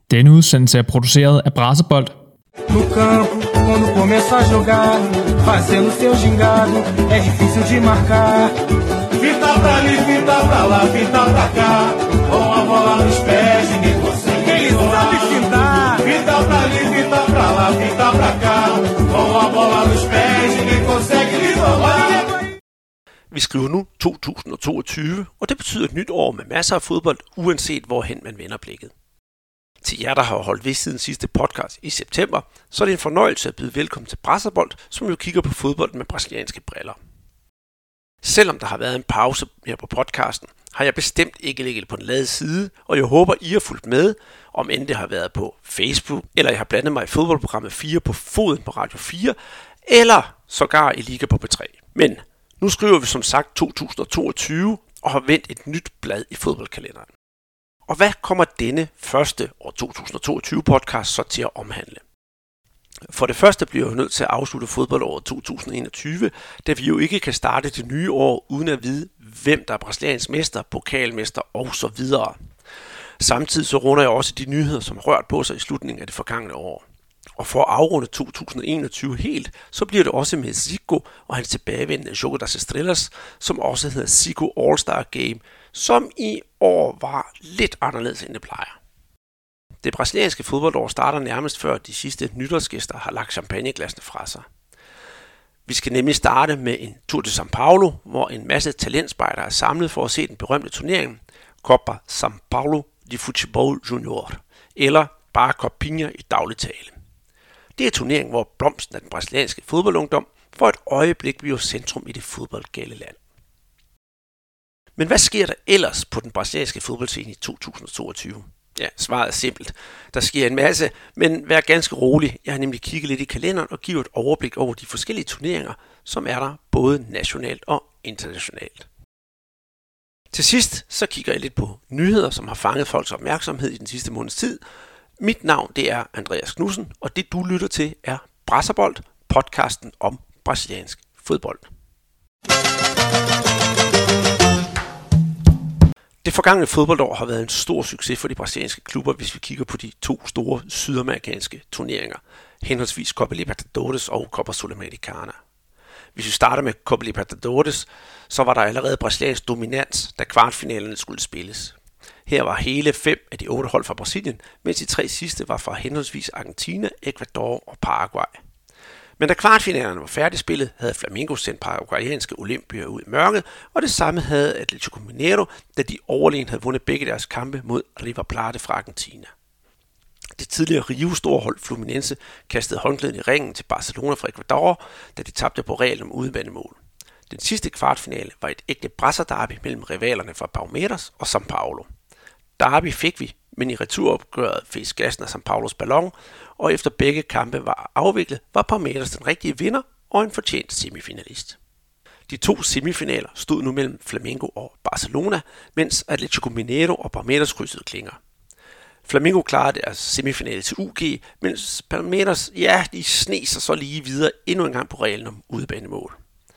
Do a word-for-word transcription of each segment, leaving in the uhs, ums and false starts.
Denne udsendelse er produceret af Brassebold. No campo, quando começa a jogar, fazendo seu gingado, é difícil de marcar. Fita pra ali, fita pra lá, fita pra cá, com a bola nos pés, ninguém consegue. Ele sabe fintar. Fita pra ali, fita pra lá, fita pra cá, com a bola nos pés, ninguém consegue lhe roubar. Vi skriver nu to tusind toogtyve, og det betyder et nyt år med masser af fodbold, uanset hvorhen man vender blikket. Til jer, der har holdt ved siden sidste podcast i september, så er det en fornøjelse at byde velkommen til Brassebold, som jo kigger på fodbold med brasilianske briller. Selvom der har været en pause her på podcasten, har jeg bestemt ikke ligget på den lade side, og jeg håber, I har fulgt med, om end det har været på Facebook, eller jeg har blandet mig i fodboldprogrammet fire på Foden på Radio fire, eller sågar i Liga på P tre. Men nu skriver vi som sagt to tusind toogtyve og har vendt et nyt blad i fodboldkalenderen. Og hvad kommer denne første år to tusind toogtyve podcast så til at omhandle? For det første bliver jeg nødt til at afslutte fodboldåret to tusind enogtyve, da vi jo ikke kan starte det nye år uden at vide, hvem der er brasiliansk mester, pokalmester osv. Samtidig så runder jeg også de nyheder, som rørt på sig i slutningen af det forgangne år. Og for at afrunde to tusind enogtyve helt, så bliver det også med Zico og hans tilbagevendende Jogo das Estrelas, som også hedder Zico All-Star Game, som i år var lidt anderledes end det plejer. Det brasilianske fodboldår starter nærmest før de sidste nytårsgæster har lagt champagneglassene fra sig. Vi skal nemlig starte med en tur til São Paulo, hvor en masse talentspejdere er samlet for at se den berømte turnering Copa São Paulo de Futebol Junior, eller bare Copinha i daglig tale. Det er turneringen, hvor blomsten af den brasilianske fodboldungdom for et øjeblik bliver centrum i det fodboldgale land. Men hvad sker der ellers på den brasilianske fodboldscene i to tusind toogtyve? Ja, svaret er simpelt. Der sker en masse, men vær ganske rolig. Jeg har nemlig kigget lidt i kalenderen og givet et overblik over de forskellige turneringer, som er der både nationalt og internationalt. Til sidst så kigger jeg lidt på nyheder, som har fanget folks opmærksomhed i den sidste måneds tid. Mit navn det er Andreas Knudsen, og det du lytter til er Brassebold, podcasten om brasiliansk fodbold. Det forgangne fodboldår har været en stor succes for de brasilianske klubber, hvis vi kigger på de to store sydamerikanske turneringer, henholdsvis Copa Libertadores og Copa Sul-Americana. Hvis vi starter med Copa Libertadores, så var der allerede brasiliansk dominans, da kvartfinalerne skulle spilles. Her var hele fem af de otte hold fra Brasilien, mens de tre sidste var fra henholdsvis Argentina, Ecuador og Paraguay. Men da kvartfinalerne var færdigspillet, havde Flamengo sendt paraguayanske olympier ud i mørket, og det samme havde Atlético Mineiro, da de overlegen havde vundet begge deres kampe mod River Plate fra Argentina. Det tidligere Rio-storhold Fluminense kastede håndklæden i ringen til Barcelona fra Ecuador, da de tabte på Real om udebanemål. Den sidste kvartfinale var et ægte brasserderby mellem rivalerne fra Palmeiras og São Paulo. Derby fik vi, men i returopgøret fik gassen af São Paulos ballon, og efter begge kampe var afviklet, var Palmeiras den rigtige vinder og en fortjent semifinalist. De to semifinaler stod nu mellem Flamengo og Barcelona, mens Atlético Mineiro og Palmeiras krydsede klinger. Flamengo klarede deres semifinale til U G, mens Palmeiras, ja, de sne sig så lige videre endnu en gang på reglen om udebanemål.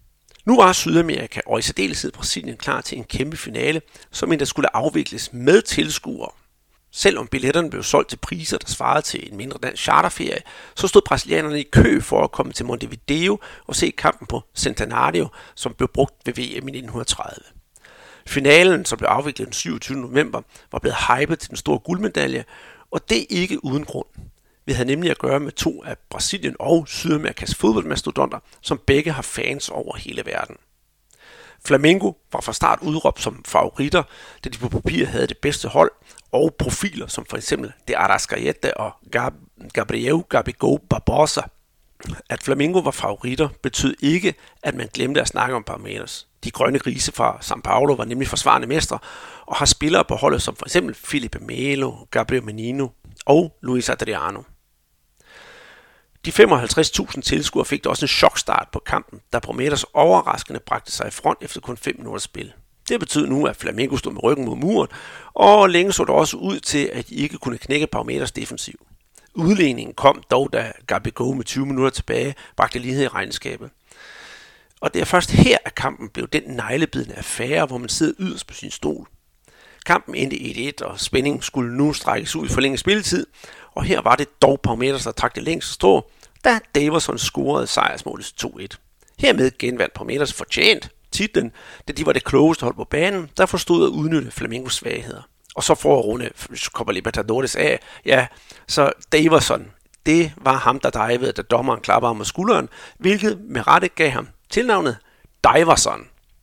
Nu var Sydamerika og i særdeleshed Brasilien klar til en kæmpe finale, som endda skulle afvikles med tilskuere. Selvom billetterne blev solgt til priser, der svarede til en mindre dansk charterferie, så stod brasilianerne i kø for at komme til Montevideo og se kampen på Centenario, som blev brugt ved V M i nitten tredive. Finalen, som blev afviklet den syvogtyvende november, var blevet hypet til den store guldmedalje, og det ikke uden grund. Vi havde nemlig at gøre med to af Brasilien og Sydamerikas fodboldmastodonter, som begge har fans over hele verden. Flamengo var fra start udråbt som favoritter, da de på papir havde det bedste hold, og profiler som for eksempel De Arrascaeta og Gab- Gabriel Gabigol Barbosa. At Flamengo var favoritter betød ikke, at man glemte at snakke om Palmeiras. De grønne grise fra São Paulo var nemlig forsvarende mestre, og har spillere på holdet som for eksempel Felipe Melo, Gabriel Menino og Luis Adriano. De femoghalvtreds tusind tilskuere fik også en chokstart på kampen, da Palmeiras overraskende bragte sig i front efter kun fem minutters spil. Det betød nu, at Flamengo stod med ryggen mod muren, og længe så det også ud til, at de ikke kunne knække Palmeiras defensiv. Udligningen kom dog, da Gabigol med tyve minutter tilbage bragte lighed i regnskabet. Og det er først her, at kampen blev den neglebidende affære, hvor man sidder yderst på sin stol. Kampen endte et et, og spændingen skulle nu strækkes ud i forlænget spilletid, og her var det dog Palmeiras, der trak det længste strå, da Daverson scorede sejrsmålet to et. Hermed genvandt Palmeiras fortjent titlen, da de var det klogeste hold på banen, der forstod at udnytte Flamengos svagheder. Og så for at runde Copa Libertadores af, ja, så Daverson, det var ham, der divede, da dommeren klapper ham med skulderen, hvilket med rette gav ham tilnavnet Diverson.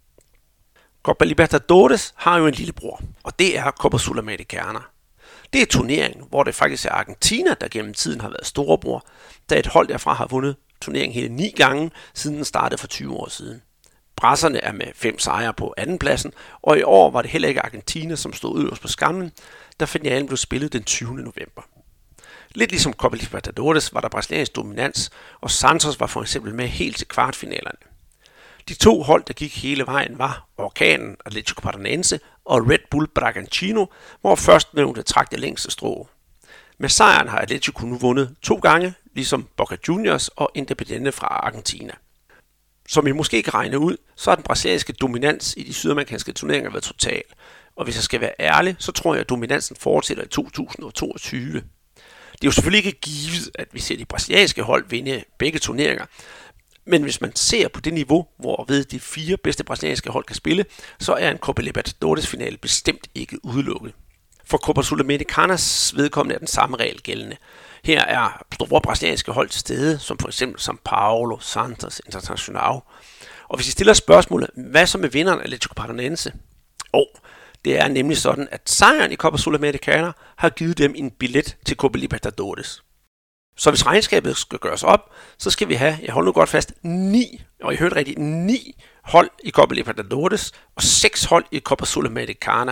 Copa Libertadores har jo en lillebror, og det er Copa Sudamericana. Det er turneringen, hvor det faktisk er Argentina, der gennem tiden har været storebror, da et hold derfra har vundet turneringen hele ni gange, siden den startede for tyve år siden. Brasserne er med fem sejre på andenpladsen, og i år var det heller ikke Argentina, som stod øverst på skamlen, da finalen blev spillet den tyvende november. Lidt ligesom Copa Libertadores var der brasiliansk dominans, og Santos var for eksempel med helt til kvartfinalerne. De to hold, der gik hele vejen, var Orkanen Atlético Paranaense og Red Bull Bragantino, hvor førstnævnte trak det længste strå. Med sejren har Atlético nu vundet to gange, ligesom Boca Juniors og Independiente fra Argentina. Som I måske kan regne ud, så har den brasilianske dominans i de sydamerikanske turneringer været total. Og hvis jeg skal være ærlig, så tror jeg, at dominansen fortsætter i to tusind og toogtyve. Det er jo selvfølgelig ikke givet, at vi ser de brasilianske hold vinde begge turneringer. Men hvis man ser på det niveau, hvorved de fire bedste brasilianske hold kan spille, så er en Copa Libertadores finale bestemt ikke udelukket. For Copa Sudamericanas vedkommende er den samme regel gældende. Her er store brasilianske hold til stede, som for eksempel São Paulo, Santos, Internacional. Og hvis I stiller spørgsmålet, hvad så med vinderen af Atlético Paranaense? Og det er nemlig sådan, at sejren i Copa Sudamericana har givet dem en billet til Copa Libertadores. Så hvis regnskabet skal gøres op, så skal vi have, jeg holder nu godt fast, ni, og I hørte rigtigt, ni hold i Copa Libertadores og seks hold i Copa Sudamericana.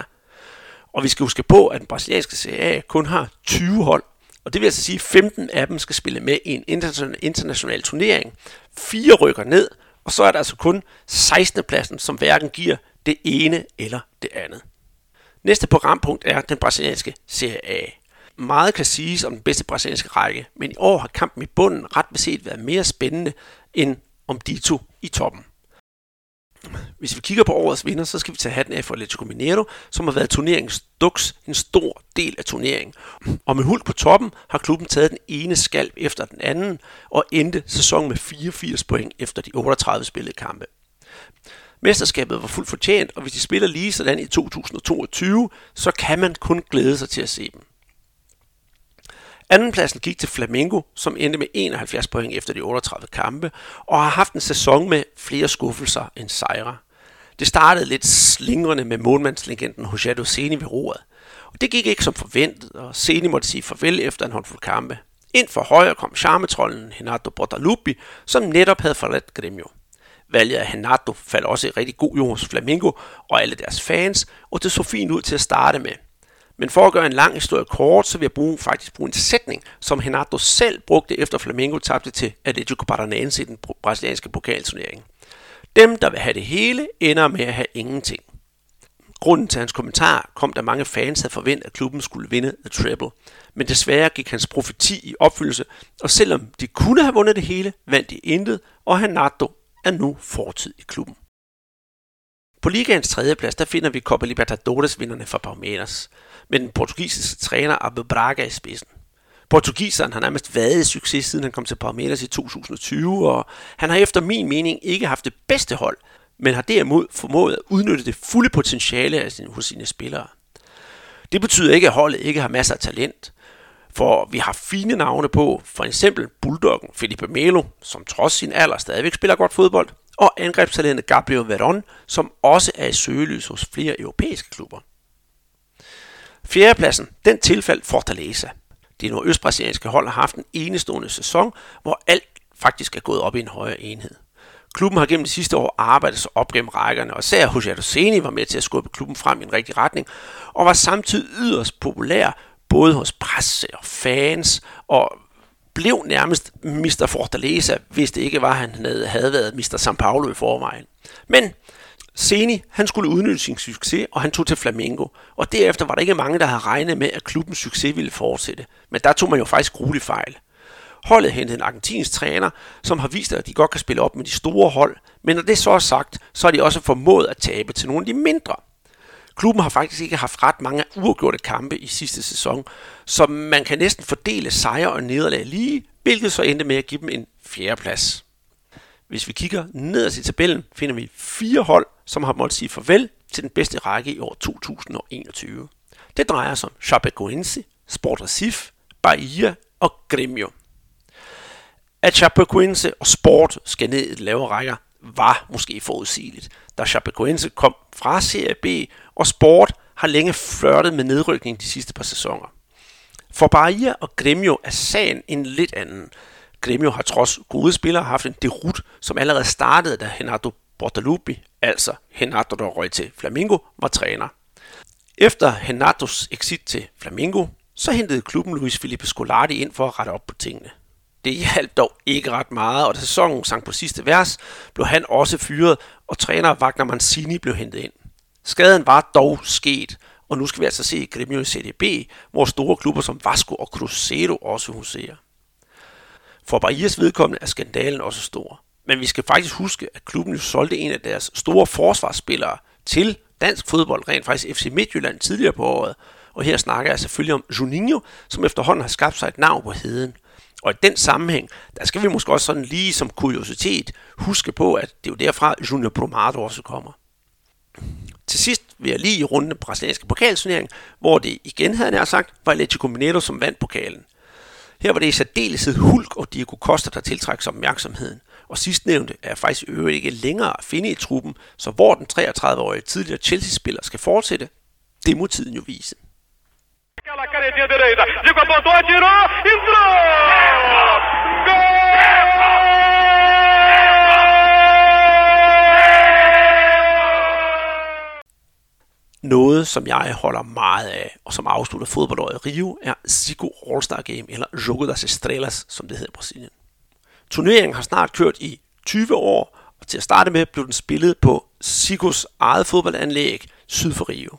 Og vi skal huske på, at den brasilianske Serie A kun har tyve hold, og det vil altså sige, at femten af dem skal spille med i en international turnering. Fire rykker ned, og så er der altså kun sekstende pladsen, som hverken giver det ene eller det andet. Næste programpunkt er den brasilianske Serie A. Meget kan siges om den bedste brasilianske række, men i år har kampen i bunden ret beset været mere spændende end om de to i toppen. Hvis vi kigger på årets vinder, så skal vi tage hatten af for Atlético Mineiro, som har været turneringens duks en stor del af turneringen. Og med Hulk på toppen har klubben taget den ene skalp efter den anden og endte sæsonen med fireogfirs point efter de otteogtredive spillede kampe. Mesterskabet var fuldt fortjent, og hvis de spiller lige sådan i to tusind og toogtyve, så kan man kun glæde sig til at se dem. Andenpladsen gik til Flamengo, som endte med enoghalvfjerds point efter de otteogtredive kampe, og har haft en sæson med flere skuffelser end sejre. Det startede lidt slingrende med målmandslegenden Rogério Ceni ved roret. Og det gik ikke som forventet, og Ceni måtte sige farvel efter en håndfuld kampe. Ind for højre kom charmetrollen Renato Portaluppi, som netop havde forladt Grêmio. Valget af Renato faldt også i rigtig god jord hos Flamengo og alle deres fans, og det så fint ud til at starte med. Men for at gøre en lang historie kort, så vil jeg bruge, faktisk bruge en sætning, som Renato selv brugte efter Flamengo tabte til Atlético Paranaense i den brasilianske pokalturnering. Dem, der vil have det hele, ender med at have ingenting. Grunden til hans kommentar kom, da mange fans havde forventet, at klubben skulle vinde The Treble. Men desværre gik hans profeti i opfyldelse, og selvom de kunne have vundet det hele, vandt de intet, og Renato er nu fortid i klubben. På ligaens tredjeplads, der finder vi Copa Libertadores vinderne fra Palmeiras, med den portugisiske træner Abel Braga i spidsen. Portugiseren har nærmest været i succes, siden han kom til Palmeiras i to tusind og tyve, og han har efter min mening ikke haft det bedste hold, men har derimod formået at udnytte det fulde potentiale hos sine spillere. Det betyder ikke, at holdet ikke har masser af talent, for vi har fine navne på, for eksempel bulldoggen Felipe Melo, som trods sin alder stadigvæk spiller godt fodbold, og angrebstalentet Gabriel Veron, som også er i søgelys hos flere europæiske klubber. Fjerdepladsen, den tilfaldt Fortaleza. Det nordøstbrasilianske hold har haft en enestående sæson, hvor alt faktisk er gået op i en højere enhed. Klubben har gennem de sidste år arbejdet sig op gennem rækkerne, og især Rogério Ceni var med til at skubbe klubben frem i en rigtig retning, og var samtidig yderst populær både hos presse og fans, og blev nærmest mister Fortaleza, hvis det ikke var, at han havde været mister São Paulo i forvejen. Men Ceni, han skulle udnytte sin succes, og han tog til Flamengo, og derefter var der ikke mange, der havde regnet med, at klubbens succes ville fortsætte. Men der tog man jo faktisk gruelig fejl. Holdet hentede en argentinsk træner, som har vist, at de godt kan spille op med de store hold, men når det så er sagt, så har de også formået at tabe til nogle af de mindre. Klubben har faktisk ikke haft ret mange uafgjorte kampe i sidste sæson, så man kan næsten fordele sejre og nederlag lige, hvilket så endte med at give dem en fjerdeplads. Hvis vi kigger nederst i tabellen, finder vi fire hold, som har måttet sige farvel til den bedste række i år to tusind og enogtyve. Det drejer sig om Chapecoense, Sport Recife, Bahia og Grêmio. At Chapecoense og Sport skal ned i et lavere rækker, var måske forudsigeligt, da Chapecoense kom fra Serie B, og Sport har længe flirtet med nedrykning de sidste par sæsoner. For Bahia og Grêmio er sagen en lidt anden. Grêmio har trods gode spillere haft en derut, som allerede startede, da Renato Portaluppi, altså Renato, der røg til Flamengo, var træner. Efter Renatos exit til Flamengo, så hentede klubben Luis Felipe Scolari ind for at rette op på tingene. Det hjalp dog ikke ret meget, og da sæsonen sang på sidste vers, blev han også fyret, og træner Wagner Mancini blev hentet ind. Skaden var dog sket, og nu skal vi altså se Grêmio i C D B, hvor store klubber som Vasco og Cruzeiro også huserer. For Bahias vedkommende er skandalen også stor. Men vi skal faktisk huske, at klubben jo solgte en af deres store forsvarsspillere til dansk fodbold, rent faktisk F C Midtjylland tidligere på året. Og her snakker jeg selvfølgelig om Juninho, som efterhånden har skabt sig et navn på heden. Og i den sammenhæng, der skal vi måske også sådan lige som kuriositet huske på, at det er jo derfra Junior Brumado også kommer. Til sidst vil jeg lige runde den brasilianske pokalturnering, hvor det igen, havde jeg sagt, var Atlético Mineiro, som vandt pokalen. Her var det i særdeleshed Hulk og Diego Costa, der tiltrækker sig opmærksomheden. Og sidstnævnte er faktisk i øvrigt ikke længere at finde i truppen, så hvor den treogtredive-årige tidligere Chelsea-spiller skal fortsætte, det må tiden jo vise. Aquela caretinha direita, Diego apontou, atirou, entrou! Gol! Noget, som jeg holder meget af, og som afslutter fodboldåret i Rio, er Zico All-Star Game, eller Jogo das Estrelas, som det hedder i Brasilien. Turneringen har snart kørt i tyve år, og til at starte med blev den spillet på Zicos eget fodboldanlæg syd for Rio.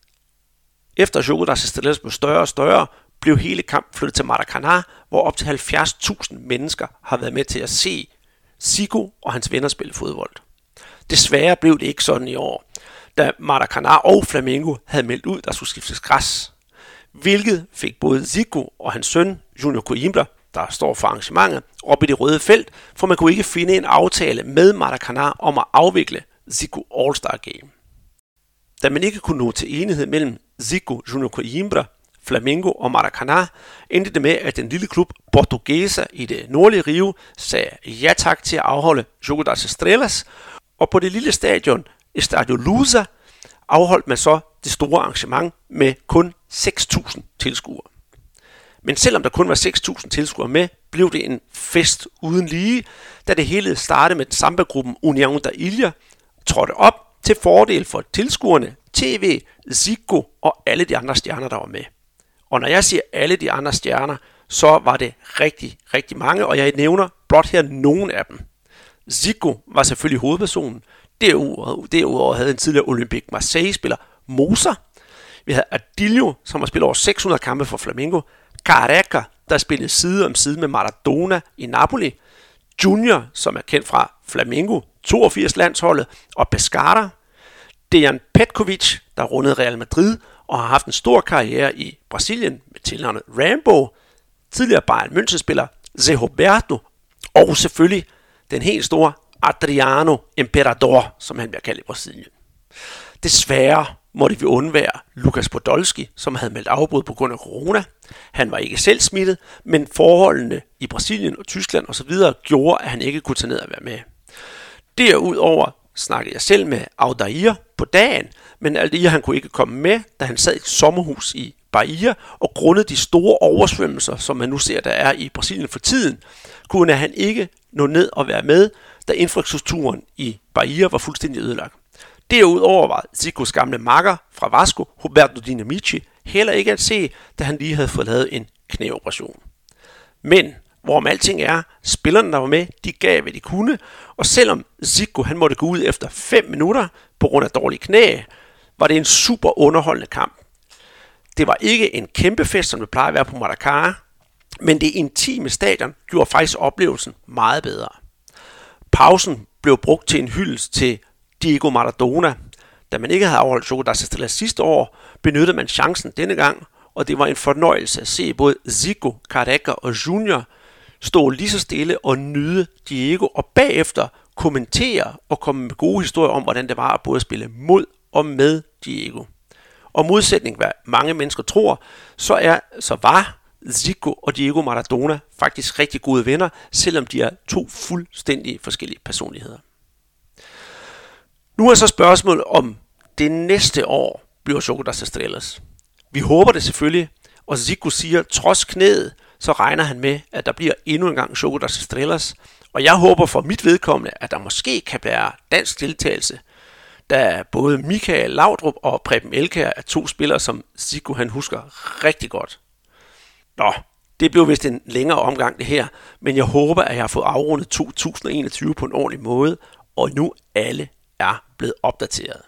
Efter Jogo das Estrelas blev større og større, blev hele kampen flyttet til Maracanã, hvor op til halvfjerds tusind mennesker har været med til at se Zico og hans venner spille fodbold. Desværre blev det ikke sådan i år, da Maracanã og Flamengo havde meldt ud, der skulle skiftes græs, hvilket fik både Zico og hans søn Junior Coimbra, der står for arrangementet, op i det røde felt, for man kunne ikke finde en aftale med Maracanã om at afvikle Zico All-Star Game. Da man ikke kunne nå til enighed mellem Zico, Junior Coimbra, Flamengo og Maracanã, endte det med, at den lille klub Portuguesa i det nordlige Rio sagde ja tak til at afholde Jogo das Estrelas, og på det lille stadion Estadio Lusa afholdt man så det store arrangement med kun seks tusind tilskuere. Men selvom der kun var seks tusind tilskuere med, blev det en fest uden lige, da det hele startede med samba-gruppen União da Ilha, trådte op til fordel for tilskuerne, T V, Zico og alle de andre stjerner, der var med. Og når jeg siger alle de andre stjerner, så var det rigtig, rigtig mange, og jeg nævner blot her nogle af dem. Zico var selvfølgelig hovedpersonen. Derudover, derudover havde en tidligere Olympique Marseille-spiller Moser. Vi havde Adilho, som har spillet over seks hundrede kampe for Flamengo. Careca, der spillede side om side med Maradona i Napoli. Junior, som er kendt fra Flamengo, toogfirs landsholdet, og Pescara. Dejan Petkovic, der rundede Real Madrid og har haft en stor karriere i Brasilien med tilnavnet Rambo. Tidligere Bayern München-spiller Zé Roberto, og selvfølgelig den helt store Adriano Imperador, som han bliver kaldt i Brasilien. Desværre måtte vi undvære Lukas Podolski, som havde meldt afbrud på grund af corona. Han var ikke selv smittet, men forholdene i Brasilien og Tyskland osv. gjorde, at han ikke kunne tage ned og være med. Derudover snakkede jeg selv med Aldair på dagen, men Aldair han kunne ikke komme med, da han sad i et sommerhus i Bahia, og grundet de store oversvømmelser, som man nu ser, der er i Brasilien for tiden, kunne han ikke nå ned og være med, da infrastrukturen i Bahia var fuldstændig ødelagt. Derudover var Zicos gamle makker fra Vasco, Roberto Dinamici, heller ikke at se, da han lige havde fået lavet en knæoperation. Men hvorom alting er, spillerne der var med, de gav hvad de kunne, og selvom Zico han måtte gå ud efter fem minutter på grund af dårlige knæ, var det en super underholdende kamp. Det var ikke en kæmpe fest, som det plejer at være på Maracanã, men det intime stadion gjorde faktisk oplevelsen meget bedre. Pausen blev brugt til en hyldest til Diego Maradona, Da man ikke havde afholdt Jogo das Estrelas sidste år, benyttede man chancen denne gang, og det var en fornøjelse at se både Zico, Careca og Junior stå lige så stille og nyde Diego, og bagefter kommentere og komme med gode historier om, hvordan det var at både spille mod og med Diego. Og modsætning, hvad mange mennesker tror, så, er, så var Zico og Diego Maradona faktisk rigtig gode venner, selvom de er to fuldstændig forskellige personligheder. Nu er så spørgsmålet om det næste år bliver Jogo das Estrelas. Vi håber det selvfølgelig, og Zico siger, trods knæet, så regner han med, at der bliver endnu en gang Jogo das Estrelas. Og jeg håber for mit vedkommende, at der måske kan blive dansk deltagelse, da både Michael Laudrup og Preben Elkjær er to spillere, som Zico han husker rigtig godt. Nå, det blev vist en længere omgang det her, men jeg håber, at jeg har fået afrundet to tusind enogtyve på en ordentlig måde, og nu alle er blevet opdateret.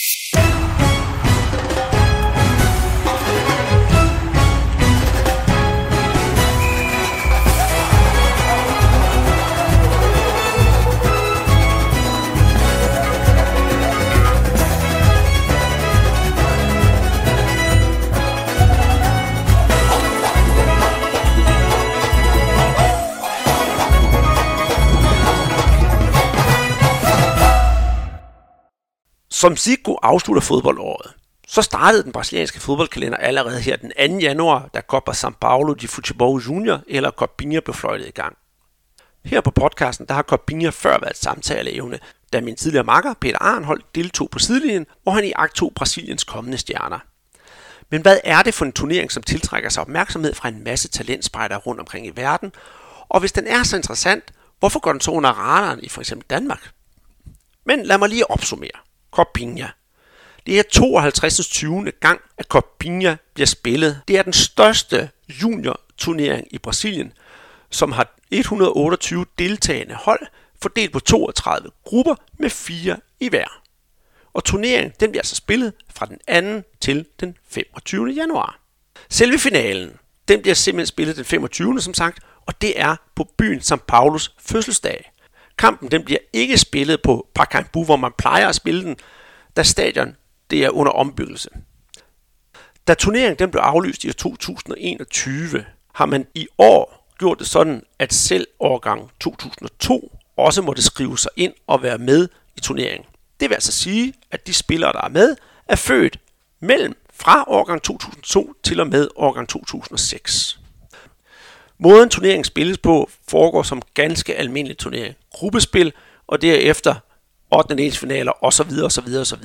Som Zico afslutter fodboldåret, så startede den brasilianske fodboldkalender allerede her den anden januar, da Copa São Paulo de Futebol Junior eller Copinha blev fløjtet i gang. Her på podcasten, der har Copinha før været et samtaleevne, da min tidligere makker Peter Arnholdt deltog på sidelinjen, hvor han i iagttog Brasiliens kommende stjerner. Men hvad er det for en turnering, som tiltrækker sig opmærksomhed fra en masse talentspejdere rundt omkring i verden? Og hvis den er så interessant, hvorfor går den så under radaren i for eksempel Danmark? Men lad mig lige opsummere. Copinha. Det er tooghalvtreds tyvende gang, at Copinha bliver spillet. Det er den største junior-turnering i Brasilien, som har et hundrede og otteogtyve deltagende hold, fordelt på toogtredive grupper med fire i hver. Og turneringen den bliver altså spillet fra den anden til den femogtyvende januar. Selve finalen, den bliver simpelthen spillet den femogtyvende som sagt, og det er på byen São Paulos fødselsdag. Kampen den bliver ikke spillet på Pacaembu, hvor man plejer at spille den, da stadion det er under ombyggelse. Da turneringen den blev aflyst i to tusind enogtyve, har man i år gjort det sådan, at selv årgang to tusind og to også måtte skrive sig ind og være med i turneringen. Det vil altså sige, at de spillere, der er med, er født mellem fra årgang to tusind og to til og med årgang to tusind og seks. Måden turneringen spilles på foregår som ganske almindelig turnering. Gruppespil og derefter ottendedelsfinaler osv. osv. osv.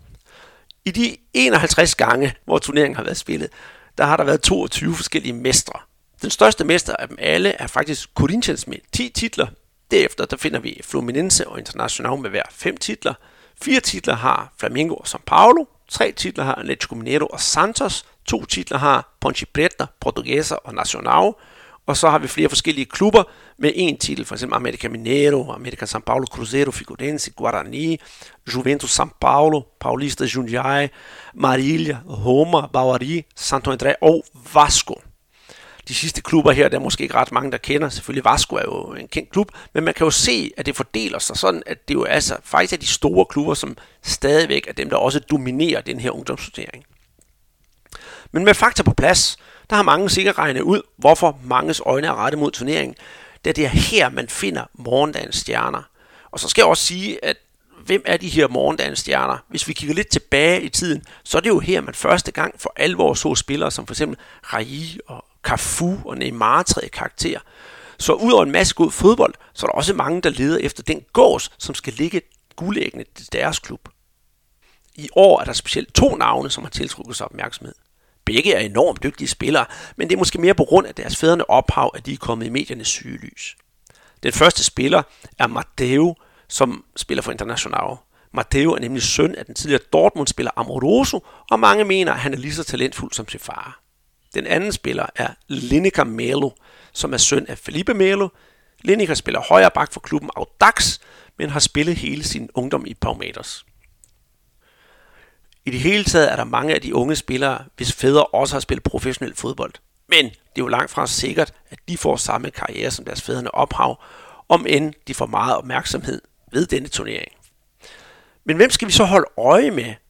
I de enoghalvtreds gange, hvor turneringen har været spillet, der har der været toogtyve forskellige mestre. Den største mester af dem alle er faktisk Corinthians med ti titler. Derefter der finder vi Fluminense og Internacional med hver fem titler. Fire titler har Flamengo og São Paulo. Tre titler har Atlético Mineiro og Santos. To titler har Ponte Preta, Portuguesa og Nacional. Og så har vi flere forskellige klubber med en titel, for eksempel América Mineiro, América São Paulo, Cruzeiro, Figueirense, Guarani, Juventus São Paulo, Paulista Jundiaí, Marília, Roma, Barueri, Santo André og Vasco. De sidste klubber her, der er måske ikke ret mange, der kender. Selvfølgelig Vasco er jo en kendt klub, men man kan jo se, at det fordeler sig sådan, at det jo altså faktisk er de store klubber, som stadigvæk er dem, der også dominerer den her ungdomsturnering. Men med fakta på plads, der har mange sikkert regnet ud, hvorfor manges øjne er rettet mod turneringen, da det er her, man finder morgendagens stjerner. Og så skal jeg også sige, at hvem er de her morgendagens stjerner? Hvis vi kigger lidt tilbage i tiden, så er det jo her, man første gang for alvor så spillere som for eksempel Rai og Cafu og Neymar træde karakter. Så udover en masse god fodbold, så er der også mange, der leder efter den gås, som skal ligge guldæggende til deres klub. I år er der specielt to navne, som har tiltrukket sig opmærksomhed. Begge er enormt dygtige spillere, men det er måske mere på grund af deres fædrene ophav, at de er kommet i mediernes sygelys. Den første spiller er Matteo, som spiller for Internacional. Matteo er nemlig søn af den tidligere Dortmund-spiller Amoroso, og mange mener, at han er lige så talentfuld som sin far. Den anden spiller er Lineker Melo, som er søn af Felipe Melo. Lineker spiller højre bak for klubben Audax, men har spillet hele sin ungdom i Palmeiras. I det hele taget er der mange af de unge spillere, hvis fædre også har spillet professionel fodbold. Men det er jo langt fra sikkert, at de får samme karriere som deres fædrene ophav, om end de får meget opmærksomhed ved denne turnering. Men hvem skal vi så holde øje med,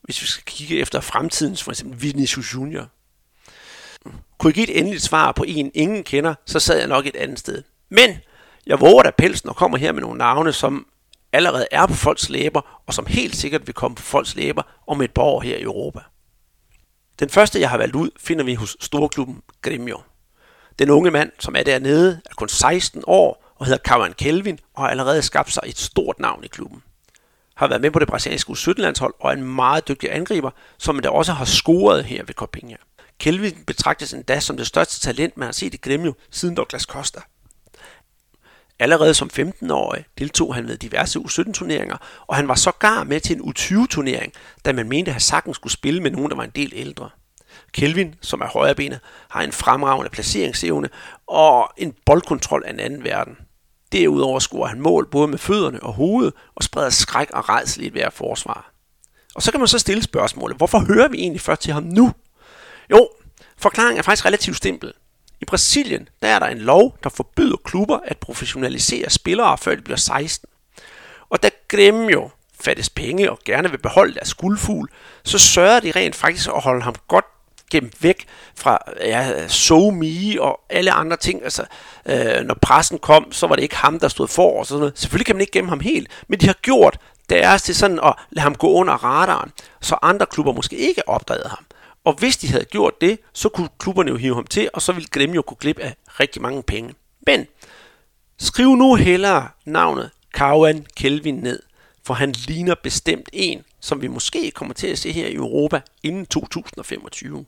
hvis vi skal kigge efter fremtidens, for eksempel Vinicius Junior. Kunne jeg give et endeligt svar på en, ingen kender, så sad jeg nok et andet sted. Men jeg våger da pelsen og kommer her med nogle navne, som allerede er på folks læber, og som helt sikkert vil komme på folks læber om et par år her i Europa. Den første, jeg har valgt ud, finder vi hos storklubben Grêmio. Den unge mand, som er dernede, er kun seksten år og hedder Cauã Kelvin og har allerede skabt sig et stort navn i klubben. Har været med på det brasilianske U sytten-landshold og er en meget dygtig angriber, som der også har scoret her ved Copinha. Kelvin betragtes endda som det største talent, man har set i Grêmio siden Douglas Costa. Allerede som femten-årig deltog han ved diverse U sytten-turneringer, og han var sågar med til en U tyve-turnering, da man mente, at han sagtens skulle spille med nogen, der var en del ældre. Kelvin, som er højrebenet, har en fremragende placeringsevne og en boldkontrol af en anden verden. Derudover scorer han mål både med fødderne og hovedet og spreder skræk og rædsel i et hver forsvar. Og så kan man så stille spørgsmålet, hvorfor hører vi egentlig først til ham nu? Jo, forklaringen er faktisk relativt simpel. I Brasilien der er der en lov, der forbyder klubber at professionalisere spillere, før de bliver seksten. Og da Grêmio fattes penge og gerne vil beholde deres guldfugl, så sørger de rent faktisk at holde ham godt gemt væk fra ja, SoMe og alle andre ting. Altså, øh, når pressen kom, så var det ikke ham, der stod for og sådan noget. Selvfølgelig kan man ikke gemme ham helt, men de har gjort deres til sådan at lade ham gå under radaren, så andre klubber måske ikke opdagede ham. Og hvis de havde gjort det, så kunne klubberne jo hive ham til, og så ville Grêmio kunne glip af rigtig mange penge. Men skriv nu hellere navnet Cauã Kelvin ned, for han ligner bestemt en, som vi måske kommer til at se her i Europa inden to tusind og femogtyve.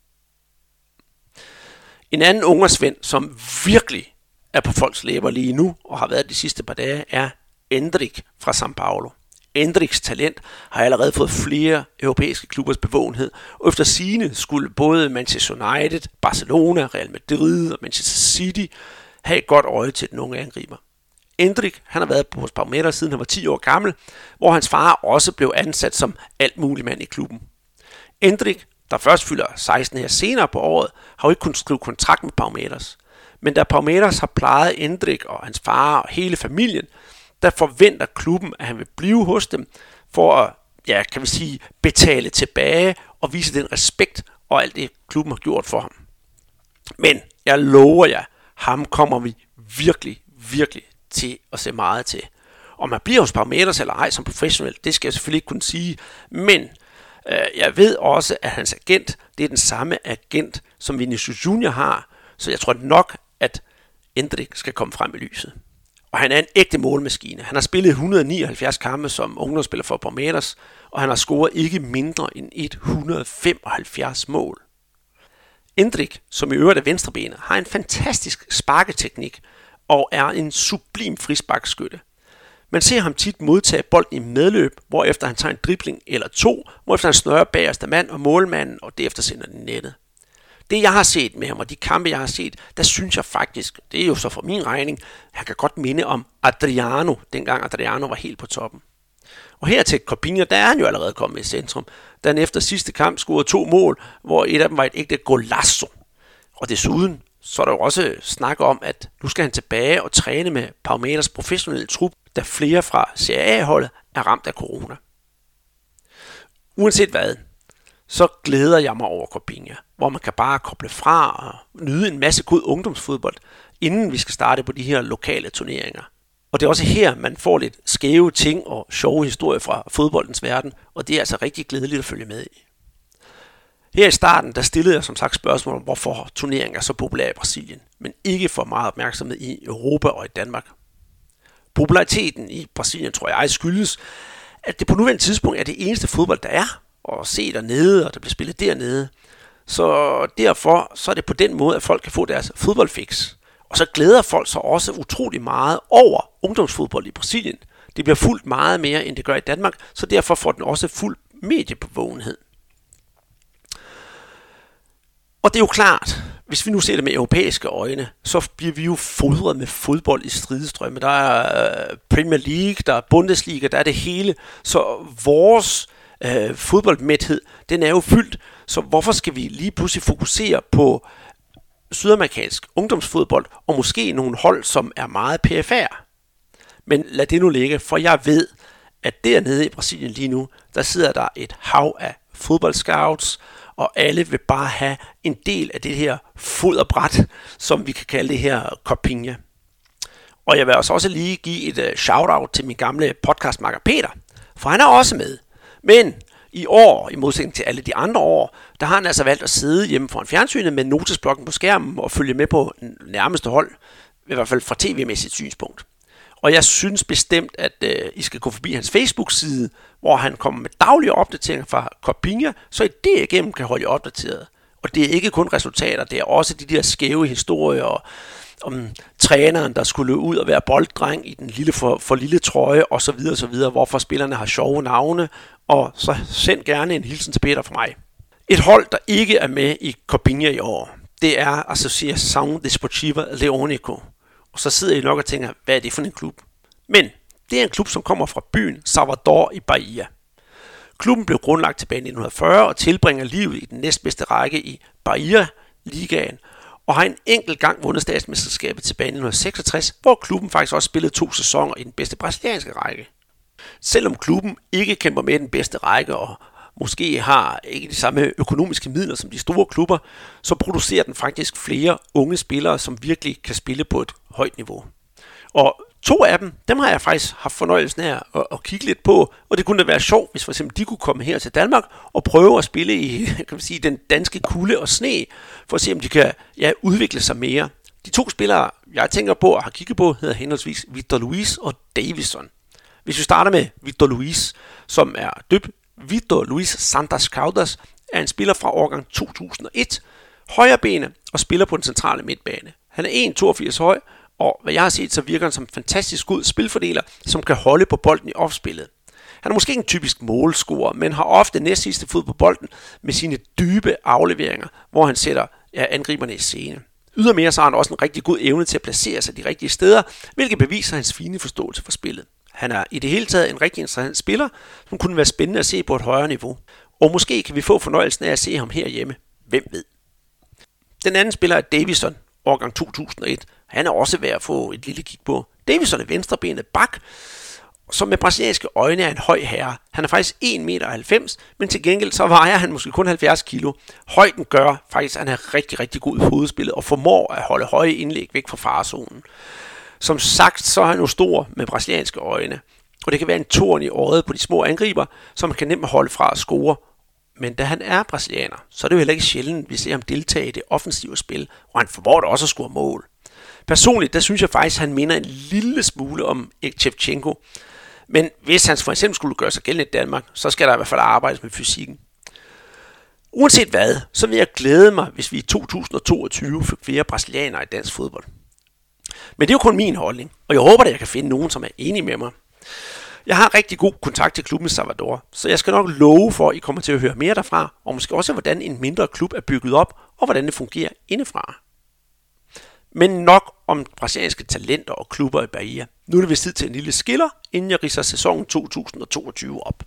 En anden ungersvend, som virkelig er på folks læber lige nu, og har været de sidste par dage, er Endrick fra São Paulo. Endricks talent har allerede fået flere europæiske klubbers bevågenhed, og efter sigende skulle både Manchester United, Barcelona, Real Madrid og Manchester City have et godt øje til den unge angriber. Endrick, han har været på hos Palmeiras siden han var ti år gammel, hvor hans far også blev ansat som alt mulig mand i klubben. Endrick, der først fylder seksten her senere på året, har jo ikke kunnet skrive kontrakt med Palmeiras. Men da Palmeiras har plejet Endrick og hans far og hele familien, der forventer klubben, at han vil blive hos dem for at, ja, kan vi sige, betale tilbage og vise den respekt og alt det, klubben har gjort for ham. Men jeg lover jer, ham kommer vi virkelig, virkelig til at se meget til. Om man bliver hos Palmeiras eller ej som professionel, det skal jeg selvfølgelig ikke kunne sige, men øh, jeg ved også, at hans agent, det er den samme agent, som Vinicius Junior har, så jeg tror nok, at Endrick skal komme frem i lyset. Og han er en ægte målmaskine. Han har spillet et hundrede og nioghalvfjerds kampe som ungdomsspiller for Palmeiras, og han har scoret ikke mindre end et hundrede og femoghalvfjerds mål. Endrick, som i øvrigt er venstrebenet, har en fantastisk sparketeknik og er en sublim frisparkskytte. Man ser ham tit modtage bolden i medløb, hvorefter han tager en dribling eller to, hvorefter han snører bagerste mand og målmanden, og derefter sender den nettet. Det jeg har set med ham, og de kampe jeg har set, der synes jeg faktisk, det er jo så for min regning, han kan godt minde om Adriano, dengang Adriano var helt på toppen. Og her til Copinha, der er han jo allerede kommet i centrum, da han efter sidste kamp scorede to mål, hvor et af dem var et ægte golazo. Og desuden, så er der jo også snak om, at nu skal han tilbage og træne med Palmeiras professionelle trup, da flere fra Serie A-holdet er ramt af corona. Uanset hvad, så glæder jeg mig over Copinha, hvor man kan bare koble fra og nyde en masse god ungdomsfodbold, inden vi skal starte på de her lokale turneringer. Og det er også her, man får lidt skæve ting og sjove historier fra fodboldens verden, og det er altså rigtig glædeligt at følge med i. Her i starten, der stillede jeg som sagt spørgsmål om, hvorfor turneringen er så populær i Brasilien, men ikke for meget opmærksomhed i Europa og i Danmark. Populariteten i Brasilien, tror jeg, skyldes, at det på nuværende tidspunkt er det eneste fodbold, der er, og se dernede, og der bliver spillet dernede. Så derfor så er det på den måde, at folk kan få deres fodboldfix. Og så glæder folk sig også utrolig meget over ungdomsfodbold i Brasilien. Det bliver fuldt meget mere, end det gør i Danmark, så derfor får den også fuld mediebevågenhed. Og det er jo klart, hvis vi nu ser det med europæiske øjne, så bliver vi jo fodret med fodbold i stridestrømme. Der er Premier League, der er Bundesliga, der er det hele. Så vores øh, fodboldmæthed, den er jo fyldt. Så hvorfor skal vi lige pludselig fokusere på sydamerikansk ungdomsfodbold, og måske nogle hold, som er meget perifære? Men lad det nu ligge, for jeg ved, at dernede i Brasilien lige nu, der sidder der et hav af fodboldscouts, og alle vil bare have en del af det her foderbræt, som vi kan kalde det her Copinha. Og jeg vil også lige give et uh, shout-out til min gamle podcastmakker Peter, for han er også med. Men i år, i modsætning til alle de andre år, der har han altså valgt at sidde hjemme foran fjernsynet med notesblokken på skærmen og følge med på nærmeste hold, i hvert fald fra tv-mæssigt synspunkt. Og jeg synes bestemt, at øh, I skal gå forbi hans Facebook-side, hvor han kommer med daglige opdateringer fra Copinha, så I derigennem kan holde jer opdateret. Og det er ikke kun resultater, det er også de der skæve historier om træneren, der skulle ud og være bolddreng i den lille for, for lille trøje osv. osv., hvorfor spillerne har sjove navne, og så send gerne en hilsen til Peter fra mig. Et hold, der ikke er med i Copinha i år, det er Associação Desportiva Leônico. Og så sidder I nok og tænker, hvad er det for en klub? Men det er en klub, som kommer fra byen Salvador i Bahia. Klubben blev grundlagt tilbage i nitten fyrre og tilbringer livet i den næstbedste række i Bahia-ligaen, og har en enkelt gang vundet statsmesterskabet tilbage i nitten seksogtres, hvor klubben faktisk også spillede to sæsoner i den bedste brasilianske række. Selvom klubben ikke kæmper med den bedste række og måske har ikke de samme økonomiske midler som de store klubber, så producerer den faktisk flere unge spillere, som virkelig kan spille på et højt niveau. Og to af dem, dem har jeg faktisk haft fornøjelsen af at, at kigge lidt på, og det kunne da være sjovt, hvis for eksempel de kunne komme her til Danmark og prøve at spille i kan man sige, den danske kulde og sne, for at se, om de kan ja, udvikle sig mere. De to spillere, jeg tænker på og har kigget på, hedder henholdsvis Victor Luis og Davison. Hvis vi starter med Victor Luis, som er døbt Victor Luis Santos Caldas, er en spiller fra årgang to tusind og et, højrebene og spiller på den centrale midtbane. Han er en komma toogfirs høj, og hvad jeg har set, så virker han som en fantastisk god spilfordeler, som kan holde på bolden i opspillet. Han er måske ikke en typisk målscorer, men har ofte næst sidste fod på bolden med sine dybe afleveringer, hvor han sætter ja, angriberne i scene. Ydermere så har han også en rigtig god evne til at placere sig de rigtige steder, hvilket beviser hans fine forståelse for spillet. Han er i det hele taget en rigtig interessant spiller, som kunne være spændende at se på et højere niveau. Og måske kan vi få fornøjelsen af at se ham herhjemme. Hvem ved? Den anden spiller er Davison, årgang to tusind og et. Han er også værd at få et lille kig på. Davison er venstrebenet bak, som med brasilianske øjne er en høj herre. Han er faktisk en komma halvfems meter, men til gengæld så vejer han måske kun halvfjerds kilo. Højden gør faktisk, at han er rigtig, rigtig god i hovedspillet og formår at holde høje indlæg væk fra farezonen. Som sagt, så er han jo stor med brasilianske øjne, og det kan være en torn i øjet på de små angriber, som man kan nemt holde fra at score. Men da han er brasilianer, så er det jo heller ikke sjældent, vi ser ham deltage i det offensive spil, og han formår da også at score mål. Personligt, der synes jeg faktisk, at han minder en lille smule om Shevchenko. Men hvis han for eksempel skulle gøre sig gældende i Danmark, så skal der i hvert fald arbejdes med fysikken. Uanset hvad, så vil jeg glæde mig, hvis vi i to tusind og toogtyve fik flere brasilianere i dansk fodbold. Men det er jo kun min holdning, og jeg håber, at jeg kan finde nogen, som er enige med mig. Jeg har rigtig god kontakt til klubben Salvador, så jeg skal nok love for, at I kommer til at høre mere derfra, og måske også, hvordan en mindre klub er bygget op, og hvordan det fungerer indefra. Men nok om brasilianske talenter og klubber i Bahia. Nu er det vist tid til en lille skiller, inden jeg ridser sæsonen to tusind og toogtyve op.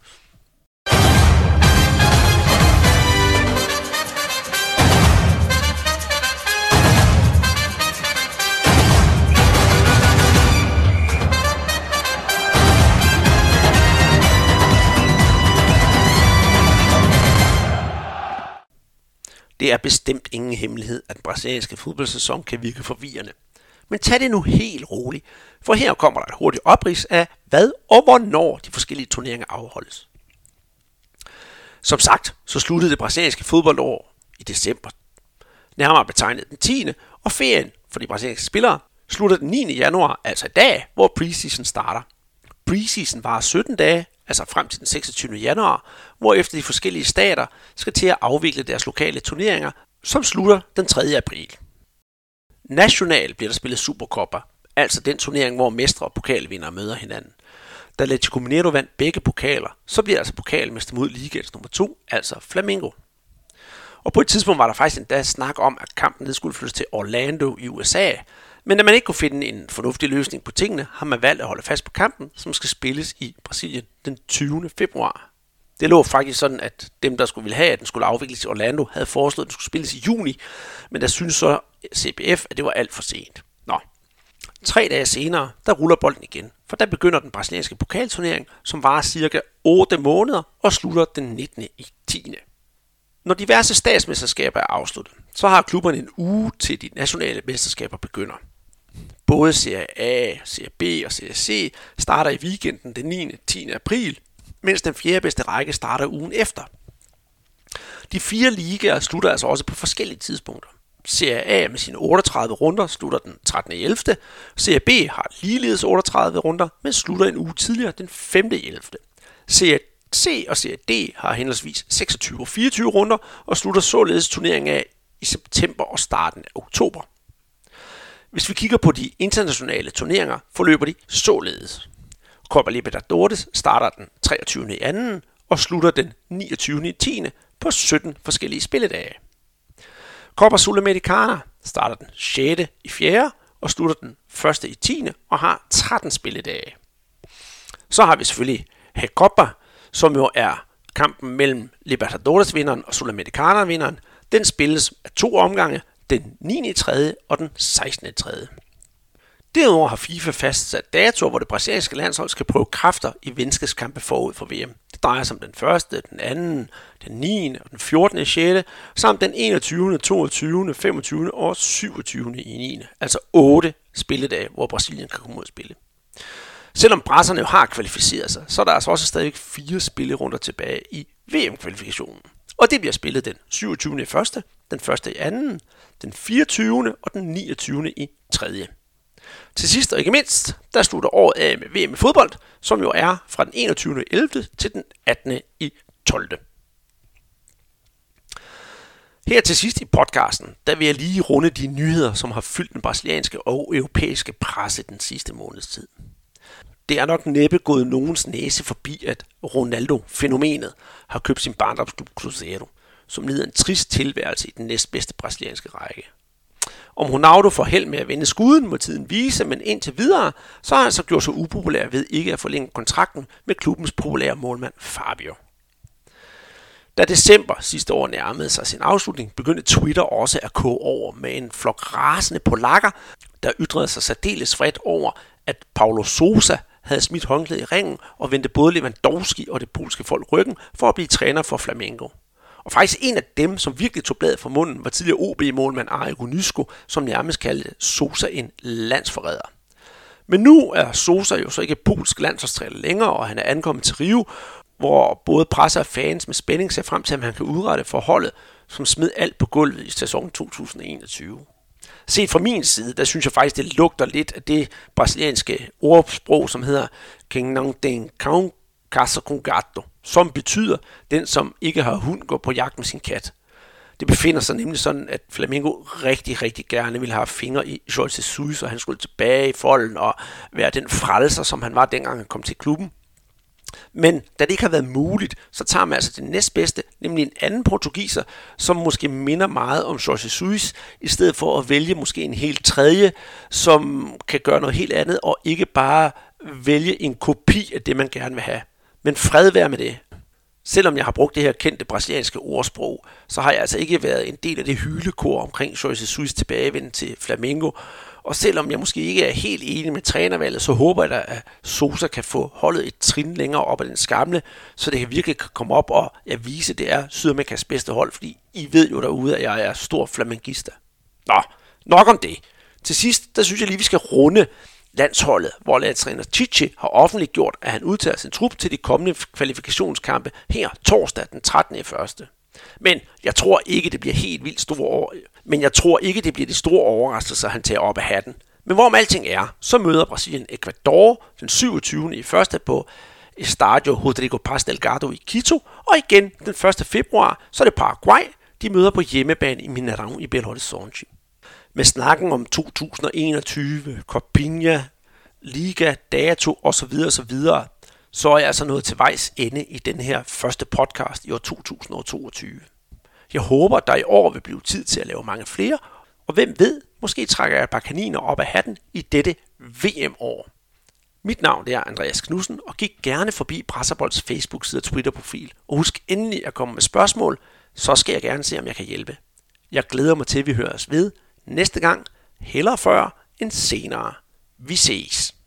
Det er bestemt ingen hemmelighed, at den brasilianske fodboldsæson kan virke forvirrende. Men tag det nu helt roligt, for her kommer der et hurtigt oprids af, hvad og hvornår de forskellige turneringer afholdes. Som sagt, så sluttede det brasilianske fodboldår i december, nærmere betegnet den tiende, og ferien for de brasilianske spillere slutter den niende januar, altså i dag, hvor preseason starter. Preseason varer sytten dage, altså frem til den seksogtyvende januar, hvorefter de forskellige stater skal til at afvikle deres lokale turneringer, som slutter den tredje april. Nationalt bliver der spillet Supercopa, altså den turnering, hvor mestre og pokalvindere møder hinanden. Da Atlético Mineiro vandt begge pokaler, så bliver altså pokalmester mod ligaens nummer to, altså Flamengo. Og på et tidspunkt var der faktisk endda snak om, at kampen skulle flyttes til Orlando i U S A, men da man ikke kunne finde en fornuftig løsning på tingene, har man valgt at holde fast på kampen, som skal spilles i Brasilien den tyvende februar. Det lå faktisk sådan, at dem, der skulle ville have, at den skulle afvikles i Orlando, havde foreslået, at den skulle spilles i juni, men der synes så C B F, at det var alt for sent. Nå. Tre dage senere, der ruller bolden igen, for der begynder den brasilianske pokalturnering, som varer cirka otte måneder og slutter den nittende i tiende Når diverse statsmesterskaber er afsluttet, så har klubberne en uge til de nationale mesterskaber begynder. Både Serie A, Serie B og Serie C starter i weekenden den niende og tiende april, mens den fjerde bedste række starter ugen efter. De fire ligaer slutter altså også på forskellige tidspunkter. Serie A med sine otteogtredive runder slutter den trettende ellevte Serie B har ligeledes otteogtredive runder, men slutter en uge tidligere den femte ellevte Serie C og Serie D har henholdsvis seksogtyve og fireogtyve runder og slutter således turneringen af i september og starten af oktober. Hvis vi kigger på de internationale turneringer, forløber de således. Copa Libertadores starter den treogtyvende i anden og slutter den niogtyvende i tiende på sytten forskellige spilledage. Copa Sudamericana starter den sjette i fjerde og slutter den første i tiende og har tretten spilledage. Så har vi selvfølgelig Recopa, som jo er kampen mellem Libertadores-vinderen og Sudamericana-vinderen. Den spilles af to omgange, den niende i tredje og den sekstende i tredje Derudover har FIFA fastsat datoer, hvor det brasilianske landshold skal prøve kræfter i venskabskampe forud for V M. Det drejer sig om den første, den anden, den niende og den fjortende i sjette samt den enogtyvende, toogtyvende, femogtyvende og syvogtyvende i niende Altså otte spilledage, hvor Brasilien kan komme ud og spille. Selvom brasserne jo har kvalificeret sig, så er der altså også stadig fire spillerunder tilbage i V M-kvalifikationen. Og det bliver spillet den syvogtyvende i første, den første i anden, den fireogtyvende og den niogtyvende i tredje Til sidst og ikke mindst, der slutter året af med V M i fodbold, som jo er fra den enogtyvende i ellevte til den attende i tolvte Her til sidst i podcasten, der vil jeg lige runde de nyheder, som har fyldt den brasilianske og europæiske presse den sidste måneds tid. Det er nok næppe gået nogens næse forbi, at Ronaldo-fænomenet har købt sin barndomsklub Cruzeiro, som lider en trist tilværelse i den næstbedste brasilianske række. Om Ronaldo får held med at vende skuden, må tiden vise, men indtil videre, så har han så gjort sig upopulær ved ikke at forlænge kontrakten med klubbens populære målmand Fabio. Da december sidste år nærmede sig sin afslutning, begyndte Twitter også at koge over med en flok rasende polakker, der ytrede sig særdeles vredt over, at Paulo Sousa havde smidt håndklædet i ringen og vendte både Lewandowski og det polske folk ryggen for at blive træner for Flamengo. Og faktisk en af dem, som virkelig tog bladet fra munden, var tidligere O B-målmand Arrigo Nysko, som nærmest kaldte Sousa en landsforræder. Men nu er Sousa jo så ikke polsk landsholdstræner længere, og han er ankommet til Rio, hvor både presse og fans med spænding ser frem til, at han kan udrette forholdet, som smed alt på gulvet i sæsonen to tusind og enogtyve Set fra min side, der synes jeg faktisk, det lugter lidt af det brasilianske ordsprog, som hedder Quem não tem cão caça com gato, som betyder, den som ikke har hund går på jagt med sin kat. Det befinder sig nemlig sådan, at Flamengo rigtig, rigtig gerne ville have fingre i Jorge Jesus, og han skulle tilbage i folden og være den frelser, som han var dengang han kom til klubben. Men da det ikke har været muligt, så tager man altså det næstbedste, nemlig en anden portugiser, som måske minder meget om Jorge Jesus, i stedet for at vælge måske en helt tredje, som kan gøre noget helt andet, og ikke bare vælge en kopi af det, man gerne vil have. Men fred være med det. Selvom jeg har brugt det her kendte brasilianske ordsprog, så har jeg altså ikke været en del af det hylekor omkring Jorge Jesus tilbagevenden til Flamengo. Og selvom jeg måske ikke er helt enig med trænervalget, så håber jeg da, at Sousa kan få holdet et trin længere op ad den skamle, så det kan virkelig komme op og jeg vise, at det er Sydamerikas bedste hold, fordi I ved jo derude, at jeg er stor flamengista. Nå, nok om det. Til sidst, der synes jeg lige, vi skal runde landsholdet, hvor landstræner Tite har offentliggjort, at han udtager sin trup til de kommende kvalifikationskampe her torsdag den trettende i første Men jeg tror ikke, det bliver helt vildt store over... Men jeg tror ikke, det bliver de store overraskelser, han tager op af hatten. Men hvorom alting er, så møder Brasilien Ecuador den syvogtyvende i første på Estadio Rodrigo Paz Delgado i Quito, og igen den første februar, så er det Paraguay, de møder på hjemmebane i Mineirão i Belo Horizonte. Med snakken om to tusind og enogtyve, Copinha, Liga, Dato osv. osv., så er jeg altså nået til vejs ende i den her første podcast i år to tusind og toogtyve. Jeg håber, at der i år vil blive tid til at lave mange flere, og hvem ved, måske trækker jeg et par kaniner op af hatten i dette V M-år. Mit navn er Andreas Knudsen, og gik gerne forbi Brasserbolds Facebook-side og Twitter-profil. Og husk endelig at komme med spørgsmål, så skal jeg gerne se, om jeg kan hjælpe. Jeg glæder mig til, at vi høres ved næste gang, hellere før end senere. Vi ses!